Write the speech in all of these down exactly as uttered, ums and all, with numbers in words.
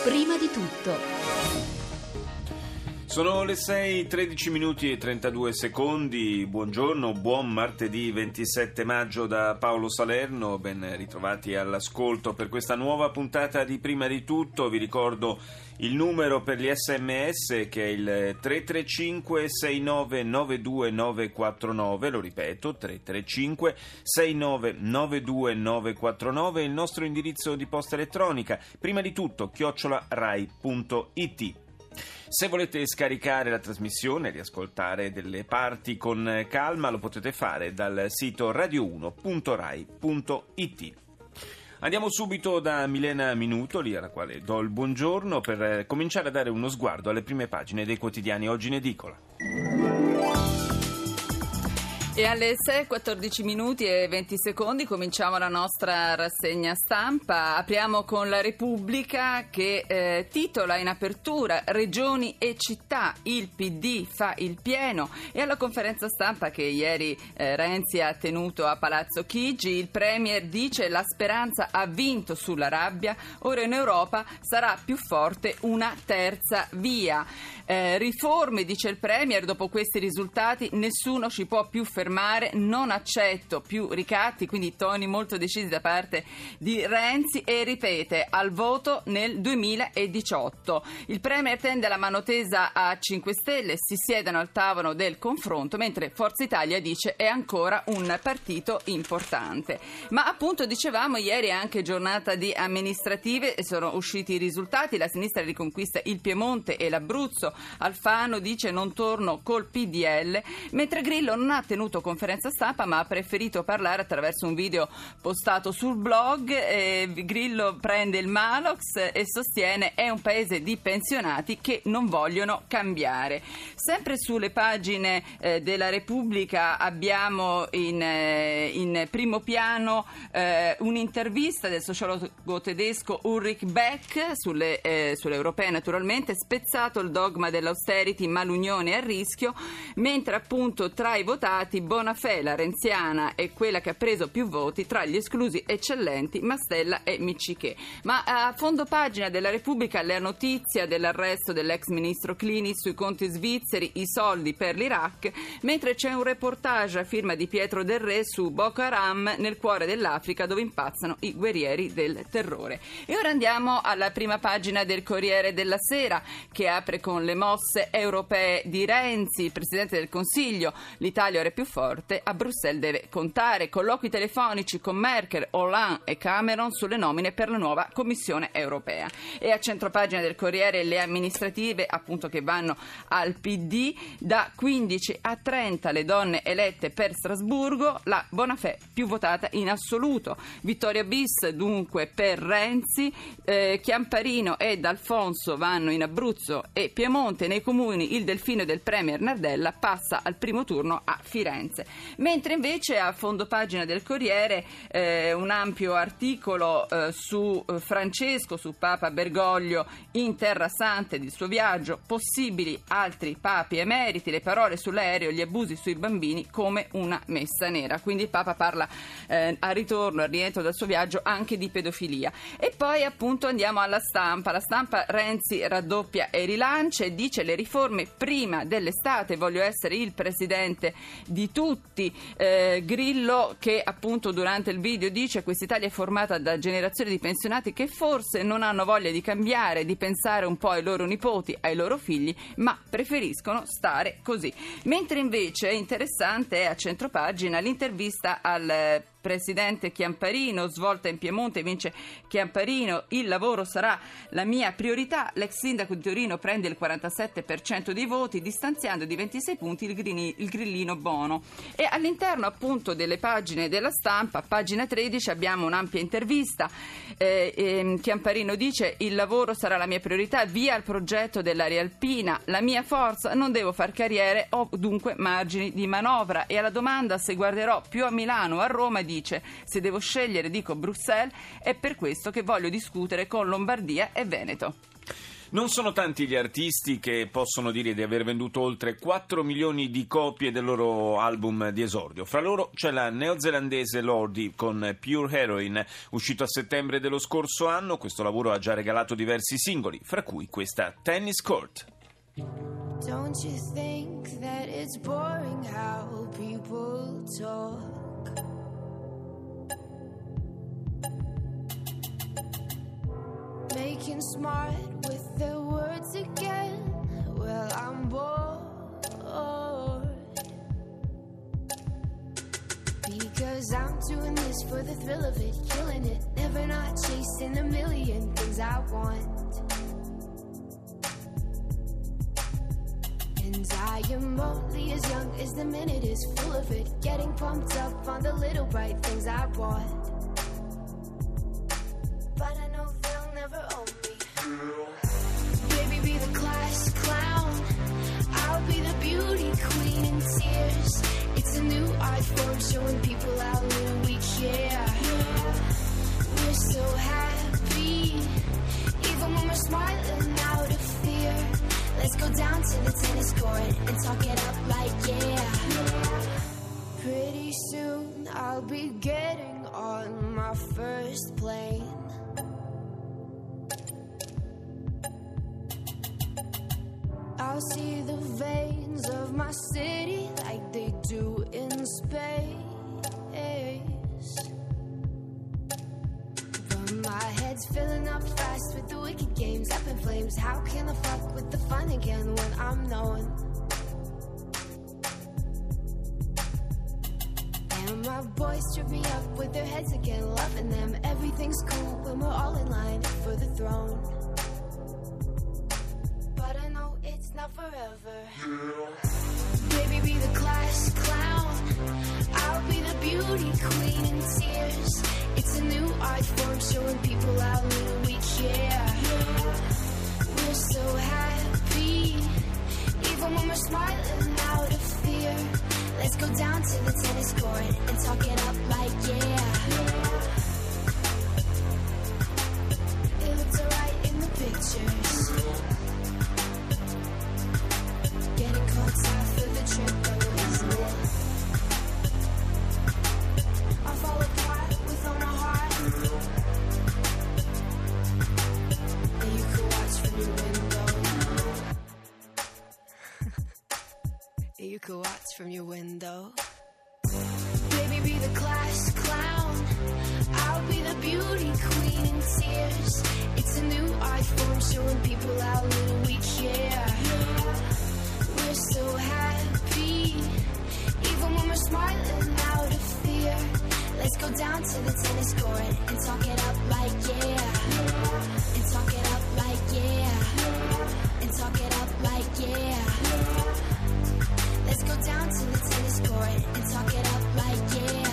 Prima di tutto. Sono le sei, tredici minuti e trentadue secondi. Buongiorno, buon martedì ventisette maggio da Paolo Salerno. Ben ritrovati all'ascolto per questa nuova puntata di Prima di Tutto. Vi ricordo il numero per gli sms che è il tre tre cinque sei nove nove due nove quattro nove, lo ripeto, tre tre cinque sei nove nove due nove quattro nove, il nostro indirizzo di posta elettronica, prima di tutto chiocciola rai punto it. Se volete scaricare la trasmissione e riascoltare delle parti con calma, lo potete fare dal sito radio uno punto rai punto it. Andiamo subito da Milena Minutoli, alla quale do il buongiorno, per cominciare a dare uno sguardo alle prime pagine dei quotidiani oggi in edicola. E alle sei, quattordici minuti e venti secondi cominciamo la nostra rassegna stampa. Apriamo con la Repubblica che eh, titola in apertura Regioni e città, il P D fa il pieno. E alla conferenza stampa che ieri eh, Renzi ha tenuto a Palazzo Chigi, il Premier dice la speranza ha vinto sulla rabbia, ora in Europa sarà più forte una terza via. Eh, riforme, dice il Premier, dopo questi risultati nessuno ci può più fermare, non accetto più ricatti, quindi toni molto decisi da parte di Renzi, e ripete al voto nel duemiladiciotto. Il Premier tende la mano tesa a cinque Stelle, si siedono al tavolo del confronto, mentre Forza Italia dice è ancora un partito importante. Ma appunto dicevamo ieri è anche giornata di amministrative e sono usciti i risultati, la sinistra riconquista il Piemonte e l'Abruzzo. Alfano dice non torno col P D L, mentre Grillo non ha tenuto conferenza stampa ma ha preferito parlare attraverso un video postato sul blog. eh, Grillo prende il Malox e sostiene è un paese di pensionati che non vogliono cambiare. Sempre sulle pagine eh, della Repubblica abbiamo in, eh, in primo piano eh, un'intervista del sociologo tedesco Ulrich Beck sulle, eh, sulle europee, naturalmente. Spezzato il dogma dell'austerity ma l'unione è a rischio, mentre appunto tra i votati Bonafè, la renziana, è quella che ha preso più voti, tra gli esclusi eccellenti Mastella e Miccichè. Ma a fondo pagina della Repubblica la notizia dell'arresto dell'ex ministro Clini sui conti svizzeri, i soldi per l'Iraq, mentre c'è un reportage a firma di Pietro Del Re su Boko Haram nel cuore dell'Africa dove impazzano i guerrieri del terrore. E ora andiamo alla prima pagina del Corriere della Sera, che apre con le mosse europee di Renzi, il Presidente del Consiglio. L'Italia ora è più forte, a Bruxelles deve contare. Colloqui telefonici con Merkel, Hollande e Cameron sulle nomine per la nuova Commissione europea. E a centropagina del Corriere le amministrative, appunto, che vanno al P D, da quindici a trenta le donne elette per Strasburgo, la Bonafè più votata in assoluto. Vittoria bis dunque per Renzi, eh, Chiamparino ed Alfonso vanno in Abruzzo e Piemonte. Nei comuni il delfino del Premier Nardella passa al primo turno a Firenze. Mentre invece a fondo pagina del Corriere eh, un ampio articolo eh, su eh, Francesco, su Papa Bergoglio in Terra Santa ed il suo viaggio, possibili altri papi emeriti, le parole sull'aereo, gli abusi sui bambini come una messa nera. Quindi il Papa parla eh, a ritorno, al rientro dal suo viaggio, anche di pedofilia. E poi appunto andiamo alla Stampa. La Stampa: Renzi raddoppia e rilancia e dice le riforme prima dell'estate, voglio essere il presidente di tutti. eh, Grillo che appunto durante il video dice quest'Italia è formata da generazioni di pensionati che forse non hanno voglia di cambiare, di pensare un po' ai loro nipoti, ai loro figli, ma preferiscono stare così. Mentre invece interessante è a centropagina l'intervista al Presidente Chiamparino, svolta in Piemonte, vince Chiamparino, il lavoro sarà la mia priorità. L'ex sindaco di Torino prende il quarantasette per cento dei voti, distanziando di ventisei punti il, grini, il grillino Bono. E all'interno appunto delle pagine della Stampa, pagina tredici, abbiamo un'ampia intervista. Eh, eh, Chiamparino dice il lavoro sarà la mia priorità, via il progetto dell'area alpina, la mia forza, non devo far carriere, ho dunque margini di manovra. E alla domanda se guarderò più a Milano o a Roma dice se devo scegliere dico Bruxelles, è per questo che voglio discutere con Lombardia e Veneto. Non sono tanti gli artisti che possono dire di aver venduto oltre quattro milioni di copie del loro album di esordio. Fra loro c'è la neozelandese Lordi con Pure Heroin, uscito a settembre dello scorso anno. Questo lavoro ha già regalato diversi singoli, fra cui questa Tennis Court. Don't you think that it's boring how people talk? Making smart with their words again. Well, I'm bored, because I'm doing this for the thrill of it, killing it, never not chasing a million things I want. And I am only as young as the minute is full of it, getting pumped up on the little bright things I bought. But I know they'll never own me. Baby, be the class clown, I'll be the beauty queen in tears. It's a new art form showing people how little we care. We're so happy, even when we're smiling out of fear. Let's go down to the tennis court and talk it up like yeah. Pretty soon I'll be getting on my first plane. I'll see the veins of my city like they do in space. But my head's filling up fast with the wicked games up in flames. How can I fuck with the fun again when I'm known? And my boys trip me up with their heads again, loving them. Everything's cool when we're all in line for the throne. Not forever. Baby, be the class clown, I'll be the beauty queen in tears. It's a new art form showing people how little we care. We're so happy, even when we're smiling out of fear. Let's go down to the tennis court and talk it up like yeah. It looks alright in the pictures. Getting caught out for the trip, though, isn't it? I fall apart with all my heart. And you can watch from your window. And you can watch from your window. Baby, be the class clown, I'll be the beauty queen in tears. It's a new art form showing people how little we care. We're so happy, even when we're smiling out of fear. Let's go down to the tennis court and talk it up like yeah. And talk it up like yeah. And talk it up like yeah. Let's go down to the tennis court and talk it up like yeah.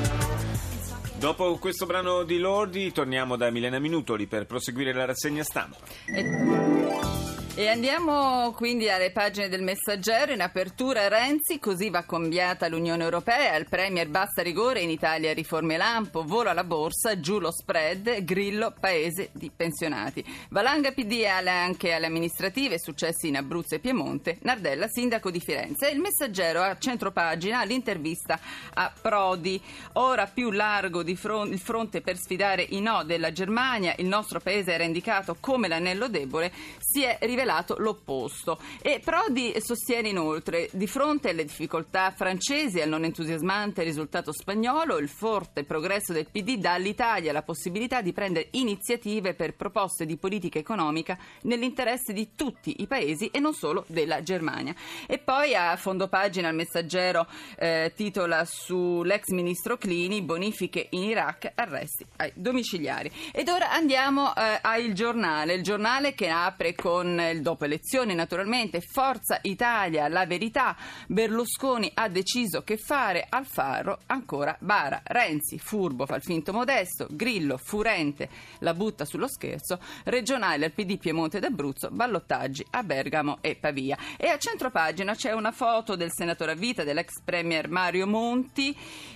Dopo questo brano di Lordi torniamo da Milena Minutoli per proseguire la rassegna stampa. E... E andiamo quindi alle pagine del Messaggero. In apertura Renzi, così va cambiata l'Unione Europea, il Premier basta rigore, in Italia riforme lampo, vola la borsa, giù lo spread, Grillo paese di pensionati. Valanga P D anche alle amministrative, successi in Abruzzo e Piemonte, Nardella sindaco di Firenze. Il Messaggero a centropagina l'intervista a Prodi, ora più largo di fron- il fronte per sfidare i no della Germania, il nostro paese era indicato come l'anello debole, si è rivelato l'opposto. E Prodi sostiene inoltre, di fronte alle difficoltà francesi e al non entusiasmante risultato spagnolo, il forte progresso del P D dà all'Italia la possibilità di prendere iniziative per proposte di politica economica nell'interesse di tutti i paesi e non solo della Germania. E poi a fondo pagina il Messaggero eh, titola sull'ex ministro Clini, bonifiche in Iraq, arresti ai domiciliari. Ed ora andiamo eh, al Giornale, il giornale che apre con il dopo elezioni naturalmente, Forza Italia, la verità, Berlusconi ha deciso che fare, Alfaro ancora bara, Renzi furbo fa il finto modesto, Grillo furente la butta sullo scherzo, regionale al P D Piemonte ed Abruzzo, ballottaggi a Bergamo e Pavia. E a centropagina c'è una foto del senatore a vita dell'ex premier Mario Monti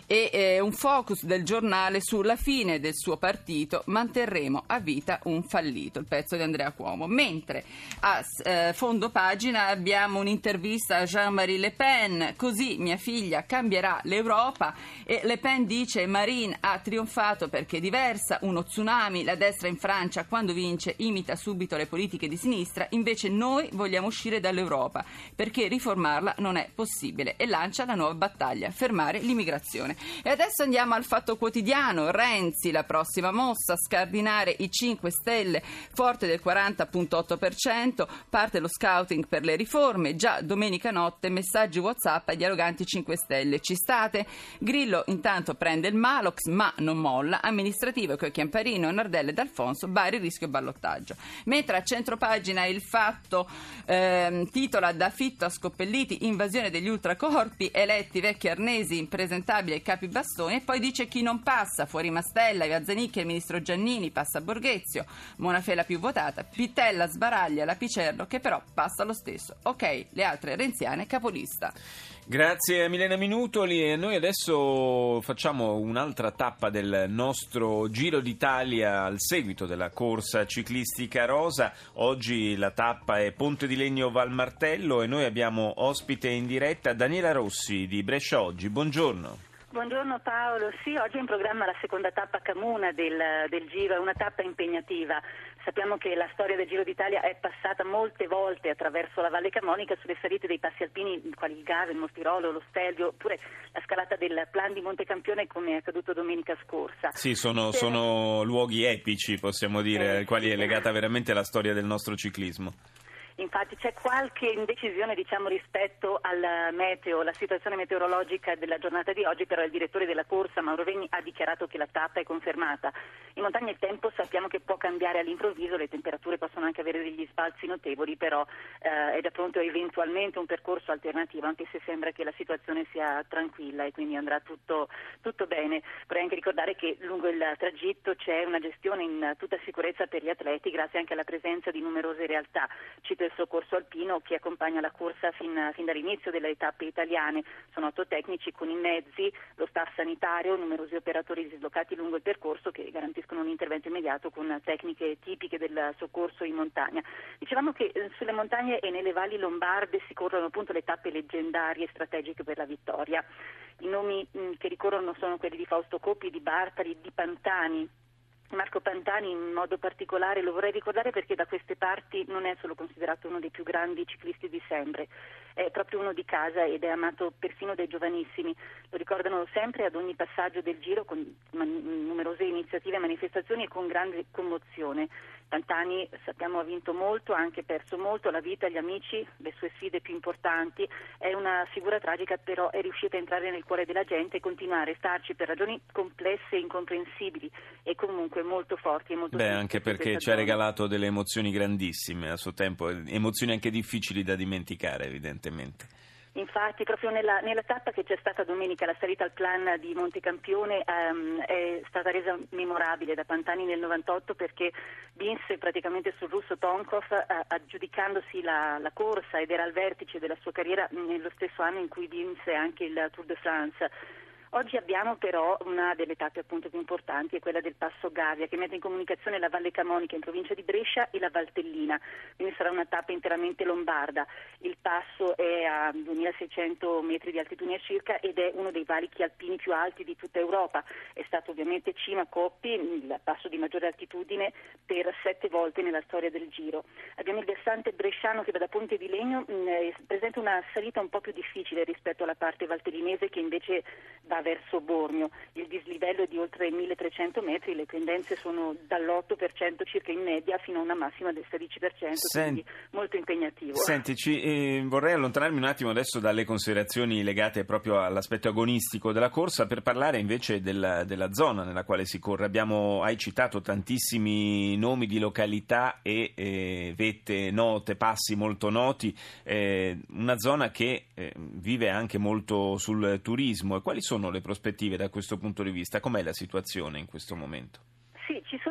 e eh, un focus del giornale sulla fine del suo partito, manterremo a vita un fallito, il pezzo di Andrea Cuomo. Mentre a eh, fondo pagina abbiamo un'intervista a Jean-Marie Le Pen, così mia figlia cambierà l'Europa, e Le Pen dice Marine ha trionfato perché è diversa, uno tsunami, la destra in Francia quando vince imita subito le politiche di sinistra, invece noi vogliamo uscire dall'Europa perché riformarla non è possibile, e lancia la nuova battaglia, fermare l'immigrazione. E adesso andiamo al Fatto Quotidiano. Renzi, la prossima mossa, scardinare i cinque Stelle, forte del quaranta virgola otto per cento, parte lo scouting per le riforme, già domenica notte messaggi WhatsApp ai dialoganti cinque Stelle, ci state? Grillo intanto prende il Malox ma non molla, amministrativo con Chiamparino, Nardella e D'Alfonso, Bari rischio ballottaggio. Mentre a centropagina il Fatto ehm, titola da Fitto a Scoppelliti, invasione degli ultracorpi, eletti vecchi arnesi, impresentabili ai capi bastoni, e poi dice chi non passa, fuori Mastella, Iva Zanicchi e il ministro Giannini, passa Borghezio, Monafè la più votata, Pittella sbaraglia la Picerno che però passa lo stesso. Ok, le altre renziane capolista. Grazie a Milena Minutoli, e noi adesso facciamo un'altra tappa del nostro Giro d'Italia al seguito della corsa ciclistica rosa. Oggi la tappa è Ponte di Legno Valmartello e noi abbiamo ospite in diretta Daniela Rossi di Brescia Oggi. Buongiorno. Buongiorno Paolo, sì, oggi è in programma la seconda tappa Camuna del, del Giro, è una tappa impegnativa. Sappiamo che la storia del Giro d'Italia è passata molte volte attraverso la Valle Camonica sulle salite dei passi alpini quali il Gave, il Mostirolo, lo Stelvio, oppure la scalata del Plan di Montecampione come è accaduto domenica scorsa. Sì, sono, sono luoghi epici, possiamo dire, eh, ai quali sì. è legata veramente la storia del nostro ciclismo. Infatti c'è qualche indecisione diciamo rispetto al meteo, la situazione meteorologica della giornata di oggi, però il direttore della corsa Mauro Vegni ha dichiarato che la tappa è confermata. In montagna il tempo sappiamo che può cambiare all'improvviso, le temperature possono anche avere degli sbalzi notevoli, però eh, è già pronto eventualmente un percorso alternativo, anche se sembra che la situazione sia tranquilla e quindi andrà tutto, tutto bene. Vorrei anche ricordare che lungo il tragitto c'è una gestione in tutta sicurezza per gli atleti, grazie anche alla presenza di numerose realtà. Cito il soccorso alpino che accompagna la corsa fin, fin dall'inizio delle tappe italiane. Sono otto tecnici con i mezzi, lo staff sanitario, numerosi operatori dislocati lungo il percorso che garantiscono un intervento immediato con tecniche tipiche del soccorso in montagna. Dicevamo che eh, sulle montagne e nelle valli lombarde si corrono appunto le tappe leggendarie e strategiche per la vittoria. I nomi mh, che ricorrono sono quelli di Fausto Coppi, di Bartali, di Pantani. Marco Pantani in modo particolare lo vorrei ricordare perché da queste parti non è solo considerato uno dei più grandi ciclisti di sempre, è proprio uno di casa ed è amato persino dai giovanissimi. Lo ricordano sempre ad ogni passaggio del Giro con man- numerose iniziative e manifestazioni e con grande commozione. Pantani sappiamo ha vinto molto, ha anche perso molto, la vita, gli amici, le sue sfide più importanti. È una figura tragica, però è riuscita a entrare nel cuore della gente e continuare a starci per ragioni complesse e incomprensibili e comunque molto forti e molto Beh, anche perché ci ha regalato delle emozioni grandissime a suo tempo, emozioni anche difficili da dimenticare evidentemente. Infatti proprio nella, nella tappa che c'è stata domenica, la salita al Plan di Montecampione um, è stata resa memorabile da Pantani nel novantotto perché vinse praticamente sul russo Tonkov uh, aggiudicandosi la, la corsa ed era al vertice della sua carriera nello stesso anno in cui vinse anche il Tour de France. Oggi abbiamo però una delle tappe appunto più importanti, è quella del Passo Gavia, che mette in comunicazione la Valle Camonica in provincia di Brescia e la Valtellina, quindi sarà una tappa interamente lombarda. Il passo è a duemilaseicento metri di altitudine circa ed è uno dei valichi alpini più alti di tutta Europa. È stato ovviamente cima Coppi, il passo di maggiore altitudine, per sette volte nella storia del Giro. Abbiamo il versante bresciano che va da Ponte di Legno, mh, presenta una salita un po' più difficile rispetto alla parte valtellinese che invece va verso Bormio. Il dislivello è di oltre milletrecento metri, le pendenze sono dall'otto per cento circa in media fino a una massima del sedici per cento, Sen- quindi molto impegnativo. Sentici, eh, vorrei allontanarmi un attimo adesso dalle considerazioni legate proprio all'aspetto agonistico della corsa per parlare invece della, della zona nella quale si corre. Abbiamo, hai citato tantissimi nomi di località e eh, vette note, passi molto noti, eh, una zona che eh, vive anche molto sul turismo. E quali sono le prospettive da questo punto di vista? Com'è la situazione in questo momento? Sì, ci sono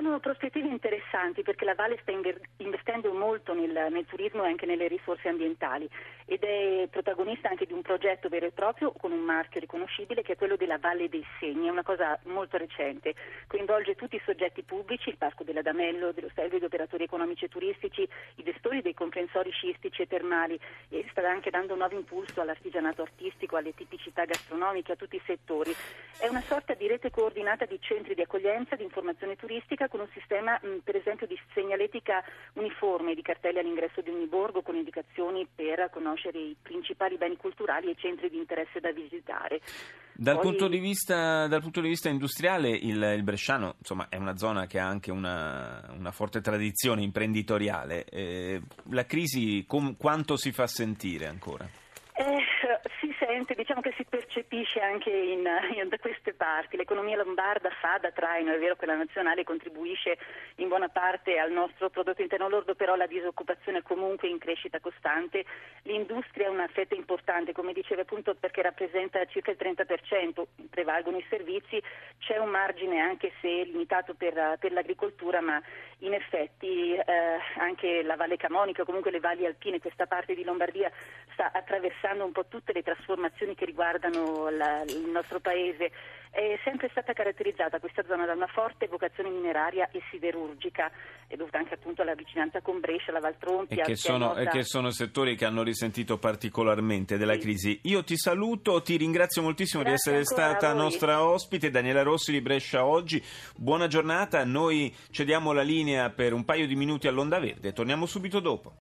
sono prospettive interessanti perché la Valle sta investendo molto nel, nel turismo e anche nelle risorse ambientali ed è protagonista anche di un progetto vero e proprio con un marchio riconoscibile che è quello della Valle dei Segni, è una cosa molto recente, coinvolge tutti i soggetti pubblici, il Parco dell'Adamello, dello Stelvio, gli operatori economici e turistici, i gestori dei comprensori sciistici e termali e sta anche dando un nuovo impulso all'artigianato artistico, alle tipicità gastronomiche, a tutti i settori. È una sorta di rete coordinata di centri di accoglienza, di informazione turistica con un sistema mh, per esempio di segnaletica uniforme, di cartelli all'ingresso di ogni borgo con indicazioni per conoscere i principali beni culturali e i centri di interesse da visitare. Dal, Poi... punto di vista, dal punto di vista industriale il, il Bresciano insomma, è una zona che ha anche una, una forte tradizione imprenditoriale. Eh, la crisi com, quanto si fa sentire ancora? Eh, si sente, diciamo che si percepisce anche in, in, da queste parti. L'economia lombarda fa da traino, è vero che la nazionale contribuisce in buona parte al nostro prodotto interno lordo, però la disoccupazione è comunque in crescita costante. L'industria è una fetta importante, come dicevo appunto perché rappresenta circa il trenta per cento, prevalgono i servizi, c'è un margine anche se limitato per, per l'agricoltura, ma in effetti eh, anche la Valle Camonica, comunque le valli alpine, questa parte di Lombardia sta attraversando un po' tutte le trasformazioni che riguardano la, il nostro paese. È sempre stata caratterizzata questa zona da una forte vocazione mineraria e siderurgica, è dovuta anche appunto alla vicinanza con Brescia, la Valtrontia. E che, sono, nota... e che sono settori che hanno risentito particolarmente della sì. crisi. Io ti saluto, ti ringrazio moltissimo Grazie di essere stata nostra ospite, Daniela Rossi di Brescia Oggi. Buona giornata, noi cediamo la linea per un paio di minuti all'Onda Verde e torniamo subito dopo.